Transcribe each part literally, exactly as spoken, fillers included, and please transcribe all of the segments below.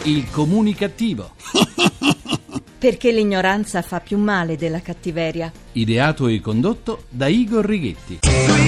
Il comunicativo. Perché l'ignoranza fa più male della cattiveria. Ideato e condotto da Igor Righetti.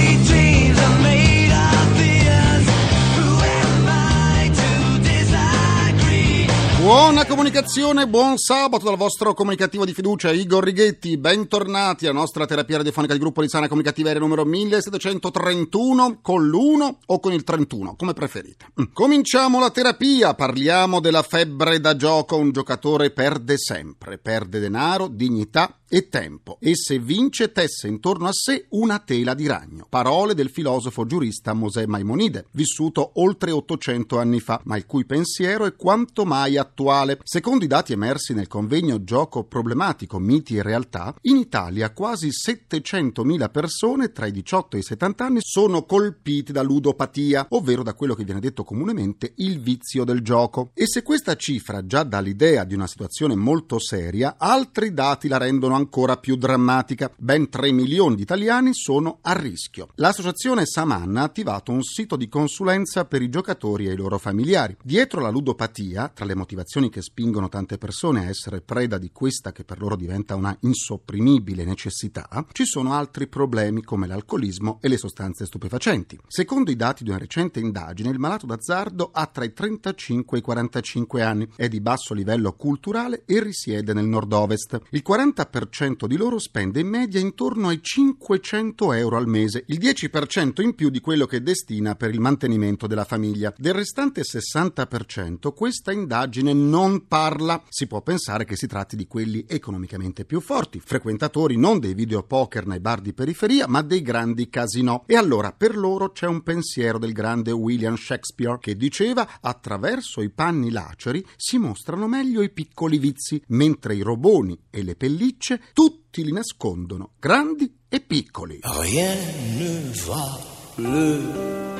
Buona comunicazione, buon sabato dal vostro comunicativo di fiducia Igor Righetti. Bentornati alla nostra terapia radiofonica di gruppo di sana comunicativeria numero millesettecentotrentuno, con l'uno o con il trentuno, come preferite. Cominciamo la terapia, parliamo della febbre da gioco. Un giocatore perde sempre, perde denaro, dignità e tempo, e se vince tesse intorno a sé una tela di ragno. Parole del filosofo giurista Mosè Maimonide, vissuto oltre ottocento anni fa, ma il cui pensiero è quanto mai attuale. Secondo i dati emersi nel convegno Gioco problematico, miti e realtà, in Italia quasi settecentomila persone tra i diciotto e i settanta anni sono colpiti da ludopatia, ovvero da quello che viene detto comunemente il vizio del gioco. E se questa cifra già dà l'idea di una situazione molto seria, altri dati la rendono ancora più drammatica. Ben tre milioni di italiani sono a rischio. L'associazione Saman ha attivato un sito di consulenza per i giocatori e i loro familiari. Dietro la ludopatia, tra le motivazioni che spingono tante persone a essere preda di questa che per loro diventa una insopprimibile necessità, ci sono altri problemi come l'alcolismo e le sostanze stupefacenti. Secondo i dati di una recente indagine, il malato d'azzardo ha tra i trentacinque e i quarantacinque anni, è di basso livello culturale e risiede nel nord-ovest. Il quaranta per cento di loro spende in media intorno ai cinquecento euro al mese, il dieci per cento in più di quello che destina per il mantenimento della famiglia. Del restante sessanta per cento questa indagine non parla. Si può pensare che si tratti di quelli economicamente più forti, frequentatori non dei videopoker nei bar di periferia, ma dei grandi casinò. E allora per loro c'è un pensiero del grande William Shakespeare che diceva: attraverso i panni laceri si mostrano meglio i piccoli vizi, mentre i roboni e le pellicce tutti li nascondono, grandi e piccoli. Rien ne va plus.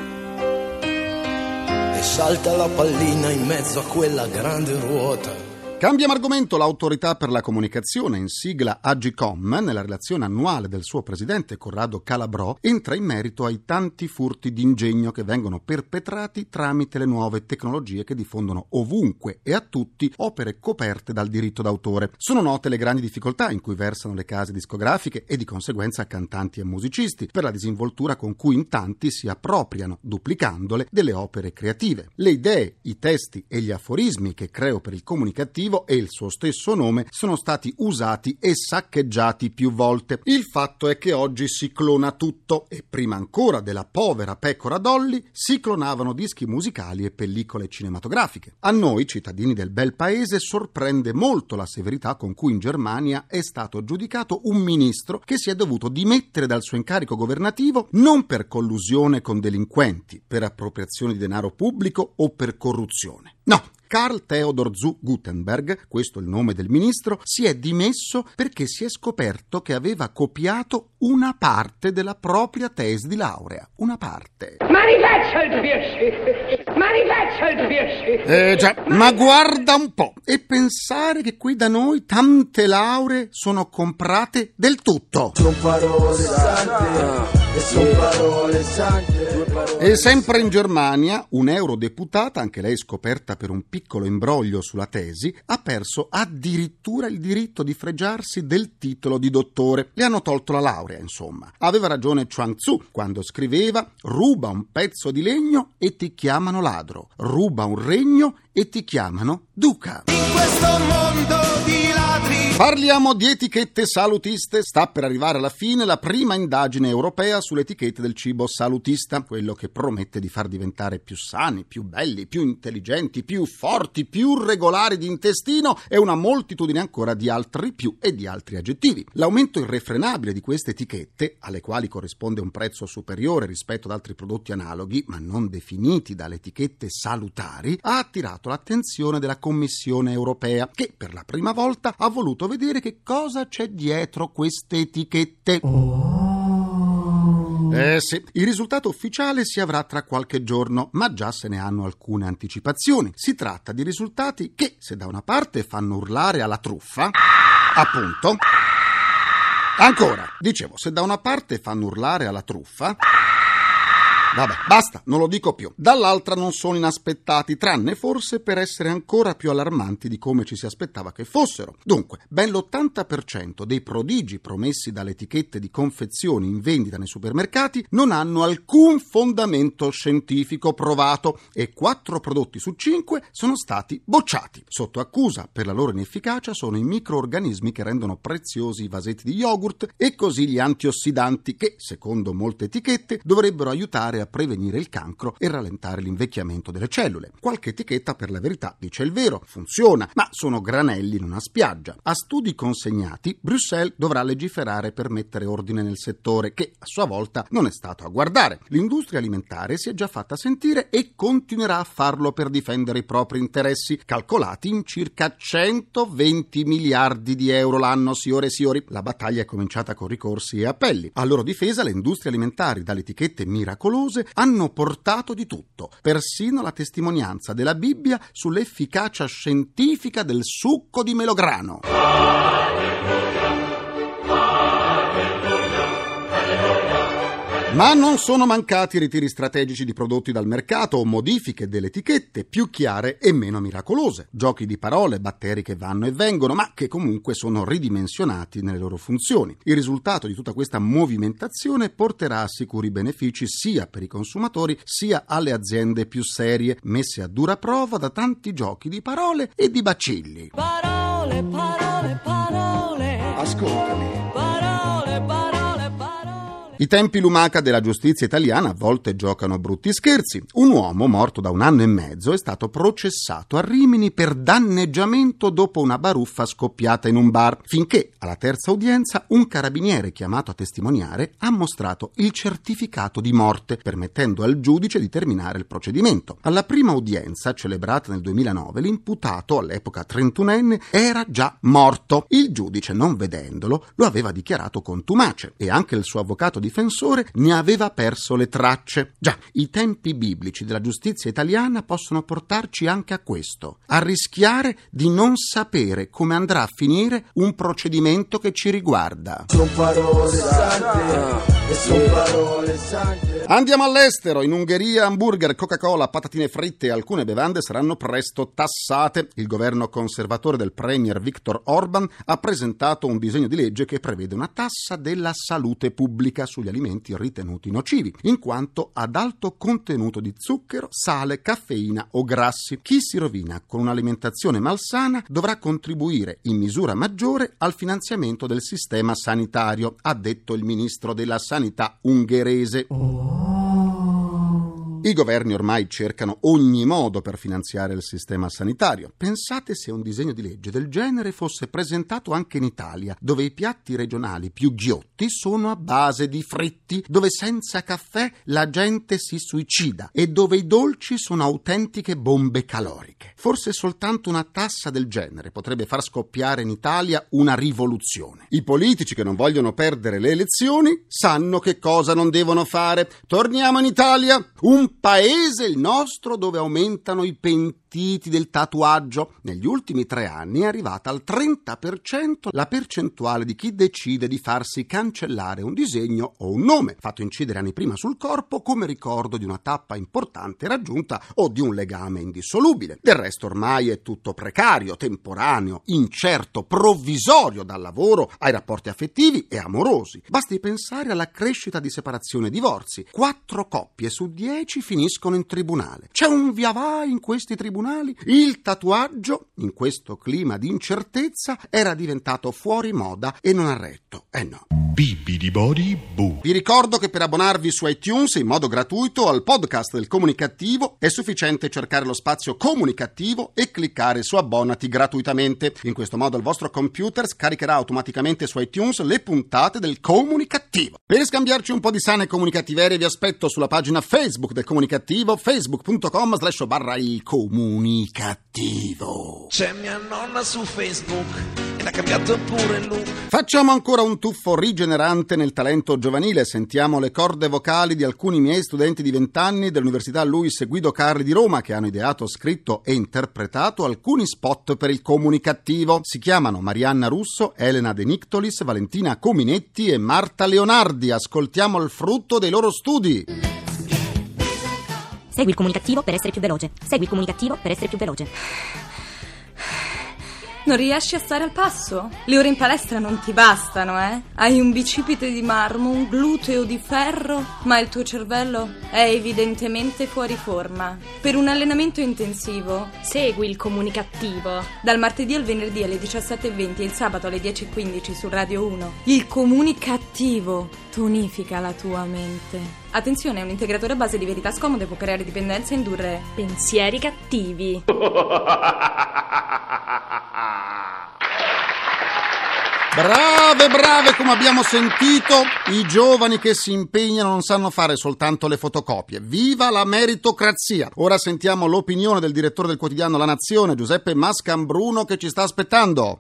E salta la pallina in mezzo a quella grande ruota. Cambiamo argomento. L'Autorità per la Comunicazione, in sigla Agcom, nella relazione annuale del suo presidente Corrado Calabrò, entra in merito ai tanti furti d'ingegno che vengono perpetrati tramite le nuove tecnologie che diffondono ovunque e a tutti opere coperte dal diritto d'autore. Sono note le grandi difficoltà in cui versano le case discografiche e di conseguenza cantanti e musicisti per la disinvoltura con cui in tanti si appropriano, duplicandole, delle opere creative. Le idee, i testi e gli aforismi che creo per il comunicativo e il suo stesso nome sono stati usati e saccheggiati più volte. Il fatto è che oggi si clona tutto e prima ancora della povera pecora Dolly si clonavano dischi musicali e pellicole cinematografiche. A noi, cittadini del bel paese, sorprende molto la severità con cui in Germania è stato giudicato un ministro che si è dovuto dimettere dal suo incarico governativo non per collusione con delinquenti, per appropriazione di denaro pubblico o per corruzione. No! Karl Theodor zu Guttenberg, questo è il nome del ministro, si è dimesso perché si è scoperto che aveva copiato una parte della propria tesi di laurea. Una parte. Ma rifaccia il piacere! Ma rifaccia il piacere! Eh già, ma guarda un po'. E pensare che qui da noi tante lauree sono comprate del tutto. Sono parole sante. E sono parole sante. E sempre in Germania, un'eurodeputata, anche lei scoperta per un piccolo imbroglio sulla tesi, ha perso addirittura il diritto di fregiarsi del titolo di dottore. Le hanno tolto la laurea, insomma. Aveva ragione Chuang Tzu quando scriveva: ruba un pezzo di legno e ti chiamano ladro, ruba un regno e ti chiamano duca. In questo mondo di ladri. Parliamo di etichette salutiste. Sta per arrivare alla fine la prima indagine europea sulle etichette del cibo salutista, quello che promette di far diventare più sani, più belli, più intelligenti, più forti, più regolari di intestino e una moltitudine ancora di altri più e di altri aggettivi. L'aumento irrefrenabile di queste etichette, alle quali corrisponde un prezzo superiore rispetto ad altri prodotti analoghi, ma non definiti dalle etichette salutari, ha attirato l'attenzione della Commissione europea, che per la prima volta ha voluto vedere che cosa c'è dietro queste etichette. Eh sì, il risultato ufficiale si avrà tra qualche giorno, ma già se ne hanno alcune anticipazioni. Si tratta di risultati che, se da una parte fanno urlare alla truffa, appunto. Ancora, dicevo, se da una parte fanno urlare alla truffa, Vabbè, basta, non lo dico più. Dall'altra non sono inaspettati, tranne forse per essere ancora più allarmanti di come ci si aspettava che fossero. Dunque, ben l'ottanta per cento dei prodigi promessi dalle etichette di confezioni in vendita nei supermercati non hanno alcun fondamento scientifico provato e quattro prodotti su cinque sono stati bocciati. Sotto accusa per la loro inefficacia sono i microorganismi che rendono preziosi i vasetti di yogurt e così gli antiossidanti che, secondo molte etichette, dovrebbero aiutare a prevenire il cancro e rallentare l'invecchiamento delle cellule. Qualche etichetta, per la verità, dice il vero, funziona, ma sono granelli in una spiaggia. A studi consegnati, Bruxelles dovrà legiferare per mettere ordine nel settore, che a sua volta non è stato a guardare. L'industria alimentare si è già fatta sentire e continuerà a farlo per difendere i propri interessi, calcolati in circa centoventi miliardi di euro l'anno, signore e signori. La battaglia è cominciata con ricorsi e appelli. A loro difesa, le industrie alimentari dalle etichette miracolose hanno portato di tutto, persino la testimonianza della Bibbia sull'efficacia scientifica del succo di melograno. Ma non sono mancati ritiri strategici di prodotti dal mercato o modifiche delle etichette più chiare e meno miracolose. Giochi di parole, batteri che vanno e vengono, ma che comunque sono ridimensionati nelle loro funzioni. Il risultato di tutta questa movimentazione porterà a sicuri benefici sia per i consumatori sia alle aziende più serie, messe a dura prova da tanti giochi di parole e di bacilli. Parole, parole, parole. Ascoltami. Parole, parole. I tempi lumaca della giustizia italiana a volte giocano brutti scherzi. Un uomo morto da un anno e mezzo è stato processato a Rimini per danneggiamento dopo una baruffa scoppiata in un bar, finché alla terza udienza un carabiniere chiamato a testimoniare ha mostrato il certificato di morte, permettendo al giudice di terminare il procedimento. Alla prima udienza, celebrata nel duemilanove, l'imputato, all'epoca trentunenne, era già morto. Il giudice, non vedendolo, lo aveva dichiarato contumace e anche il suo avvocato difensore ne aveva perso le tracce. Già, i tempi biblici della giustizia italiana possono portarci anche a questo, a rischiare di non sapere come andrà a finire un procedimento che ci riguarda. Sono parole sante e sono parole sante. Andiamo all'estero. In Ungheria hamburger, Coca-Cola, patatine fritte e alcune bevande saranno presto tassate. Il governo conservatore del premier Viktor Orban ha presentato un disegno di legge che prevede una tassa della salute pubblica sugli alimenti ritenuti nocivi, in quanto ad alto contenuto di zucchero, sale, caffeina o grassi. Chi si rovina con un'alimentazione malsana dovrà contribuire in misura maggiore al finanziamento del sistema sanitario, ha detto il ministro della sanità ungherese. I governi ormai cercano ogni modo per finanziare il sistema sanitario. Pensate se un disegno di legge del genere fosse presentato anche in Italia, dove i piatti regionali più ghiotti sono a base di fritti, dove senza caffè la gente si suicida e dove i dolci sono autentiche bombe caloriche. Forse soltanto una tassa del genere potrebbe far scoppiare in Italia una rivoluzione. I politici che non vogliono perdere le elezioni sanno che cosa non devono fare. Torniamo in Italia, un paese il nostro dove aumentano i pentiti del tatuaggio. Negli ultimi tre anni è arrivata al trenta per cento la percentuale di chi decide di farsi cancellare un disegno o un nome, fatto incidere anni prima sul corpo come ricordo di una tappa importante raggiunta o di un legame indissolubile. Del resto ormai è tutto precario, temporaneo, incerto, provvisorio, dal lavoro ai rapporti affettivi e amorosi. Basti pensare alla crescita di separazione e divorzi. Quattro coppie su dieci finiscono in tribunale. C'è un via vai in questi tribunali? Il tatuaggio, in questo clima di incertezza, era diventato fuori moda e non ha retto. Eh no. Bibidi-bodi-bu. Vi ricordo che per abbonarvi su iTunes in modo gratuito al podcast del Comunicativo è sufficiente cercare lo spazio Comunicativo e cliccare su abbonati gratuitamente. In questo modo il vostro computer scaricherà automaticamente su iTunes le puntate del Comunicativo. Per scambiarci un po' di sane comunicativerie vi aspetto sulla pagina Facebook del Comunicativo, facebook.com slash barra il Comunicativo. C'è mia nonna su Facebook e l'ha cambiato pure il look. Facciamo ancora un tuffo rigenerante nel talento giovanile. Sentiamo le corde vocali di alcuni miei studenti di vent'anni dell'Università Luis Guido Carli di Roma che hanno ideato, scritto e interpretato alcuni spot per il Comunicativo. Si chiamano Marianna Russo, Elena De Nictolis, Valentina Cominetti e Marta Leonardi. Ascoltiamo il frutto dei loro studi. Segui il comunicativo per essere più veloce. Segui il comunicativo per essere più veloce. Non riesci a stare al passo? Le ore in palestra non ti bastano, eh? Hai un bicipite di marmo, un gluteo di ferro, ma il tuo cervello è evidentemente fuori forma. Per un allenamento intensivo, segui il comunicativo. Dal martedì al venerdì alle diciassette e venti e il sabato alle dieci e quindici su Radio uno. Il comunicativo tonifica la tua mente. Attenzione, un integratore a base di verità scomode può creare dipendenza e indurre pensieri cattivi. Brave, brave, come abbiamo sentito, i giovani che si impegnano non sanno fare soltanto le fotocopie. Viva la meritocrazia! Ora sentiamo l'opinione del direttore del quotidiano La Nazione, Giuseppe Mascambruno, che ci sta aspettando.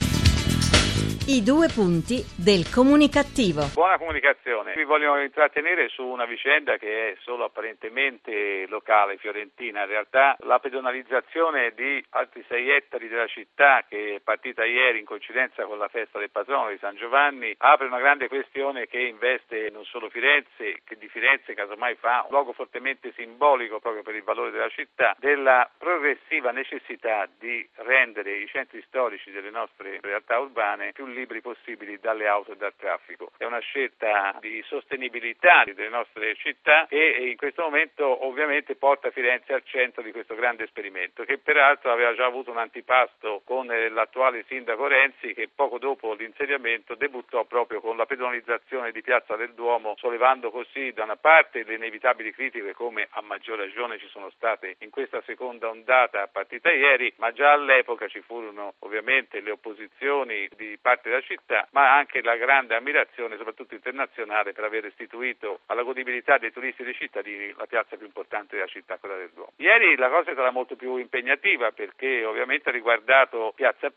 I due punti del comunicativo. Buona comunicazione. Vi voglio intrattenere su una vicenda che è solo apparentemente locale, fiorentina. In realtà la pedonalizzazione di altri sei ettari della città, che è partita ieri in coincidenza con la festa del patrono di San Giovanni, apre una grande questione che investe non solo Firenze, che di Firenze casomai fa un luogo fortemente simbolico proprio per il valore della città, della progressiva necessità di rendere i centri storici delle nostre realtà urbane più liberi possibili dalle auto e dal traffico. È una scelta di sostenibilità delle nostre città che in questo momento ovviamente porta Firenze al centro di questo grande esperimento, che peraltro aveva già avuto un antipasto con l'attuale sindaco Renzi, che poco dopo l'insediamento debuttò proprio con la pedonalizzazione di Piazza del Duomo, sollevando così da una parte le inevitabili critiche, come a maggior ragione ci sono state in questa seconda ondata partita ieri, ma già all'epoca ci furono ovviamente le opposizioni di parte della città, ma anche la grande ammirazione, soprattutto internazionale, per aver restituito alla godibilità dei turisti e dei cittadini la piazza più importante della città, quella del Duomo. Ieri la cosa è stata molto più impegnativa, perché ovviamente ha riguardato Piazza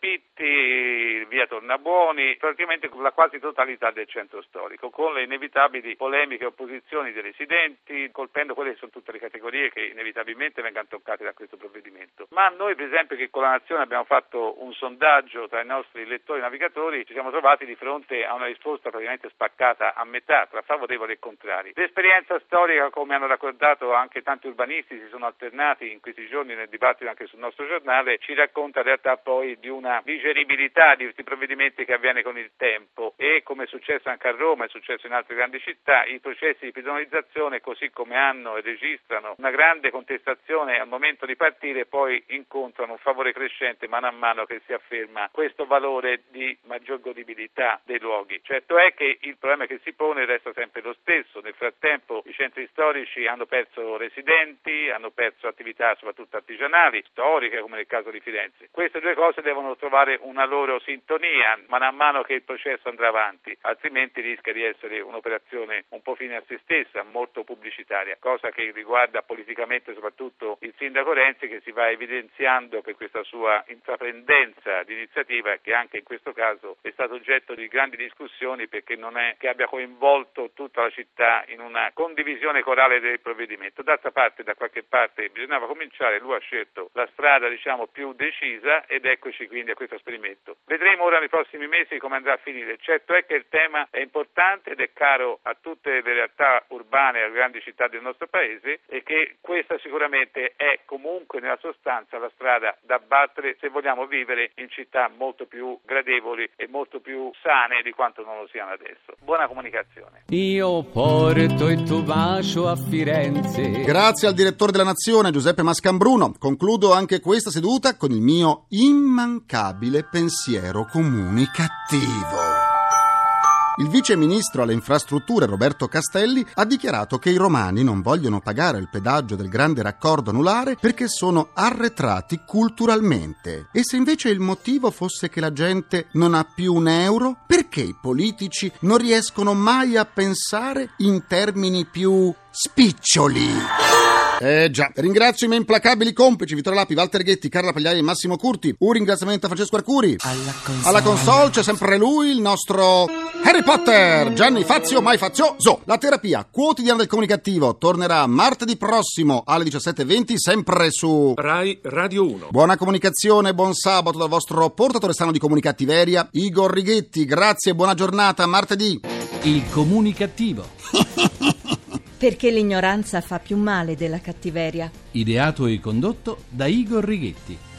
Pitti, via Tornabuoni, praticamente la quasi totalità del centro storico, con le inevitabili polemiche e opposizioni dei residenti, colpendo quelle che sono tutte le categorie che inevitabilmente vengono toccate da questo provvedimento. Ma noi, per esempio, che con la Nazione abbiamo fatto un sondaggio tra i nostri lettori navigatori, ci siamo trovati di fronte a una risposta praticamente spaccata a metà tra favorevoli e contrari. L'esperienza storica, come hanno raccontato anche tanti urbanisti, si sono alternati in questi giorni nel dibattito anche sul nostro giornale, ci racconta in realtà poi di una digeribilità di questi provvedimenti che avviene con il tempo, e come è successo anche a Roma, è successo in altre grandi città, i processi di pedonalizzazione, così come hanno e registrano una grande contestazione al momento di partire, poi incontrano un favore crescente mano a mano che si afferma questo valore di maggior godibilità dei luoghi. Certo è che il problema che si pone resta sempre lo stesso. Nel frattempo i centri storici hanno perso residenti, hanno perso attività soprattutto artigianali, storiche, come nel caso di Firenze. Queste due cose devono trovare una loro sintonia man mano che il processo andrà avanti, altrimenti rischia di essere un'operazione un po' fine a se stessa, molto pubblicitaria, cosa che riguarda politicamente soprattutto il sindaco Renzi, che si va evidenziando per questa sua intraprendenza di iniziativa, che anche in questo caso è stato oggetto di grandi discussioni, perché non è che abbia coinvolto tutta la città in una condivisione corale del provvedimento. D'altra parte, da qualche parte bisognava cominciare, lui ha scelto la strada diciamo più decisa, ed eccoci quindi a questo esperimento. Vedremo ora nei prossimi mesi come andrà a finire. Certo è che il tema è importante ed è caro a tutte le realtà urbane e alle grandi città del nostro paese, e che questa sicuramente è comunque nella sostanza la strada da battere se vogliamo vivere in città molto più gradevoli e molto più sane di quanto non lo siano adesso. Buona comunicazione. Io porto il tuo bacio a Firenze. Grazie al direttore della Nazione, Giuseppe Mascambruno. Concludo anche questa seduta con il mio immancabile pensiero comunicativo. Il vice ministro alle infrastrutture Roberto Castelli ha dichiarato che i romani non vogliono pagare il pedaggio del grande raccordo anulare perché sono arretrati culturalmente. E se invece il motivo fosse che la gente non ha più un euro, perché i politici non riescono mai a pensare in termini più spiccioli? Eh già, ringrazio i miei implacabili complici Vittorio Lapi, Walter Ghetti, Carla Pagliai e Massimo Curti. Un ringraziamento a Francesco Arcuri. Alla console. Alla console c'è sempre lui, il nostro Harry Potter, Gianni Fazio, mai Fazioso. La terapia quotidiana del comunicativo tornerà martedì prossimo alle diciassette e venti, sempre su Rai Radio uno. Buona comunicazione, buon sabato dal vostro portatore sano di comunicattiveria, Igor Righetti. Grazie e buona giornata, martedì. Il comunicativo. Perché l'ignoranza fa più male della cattiveria. Ideato e condotto da Igor Righetti.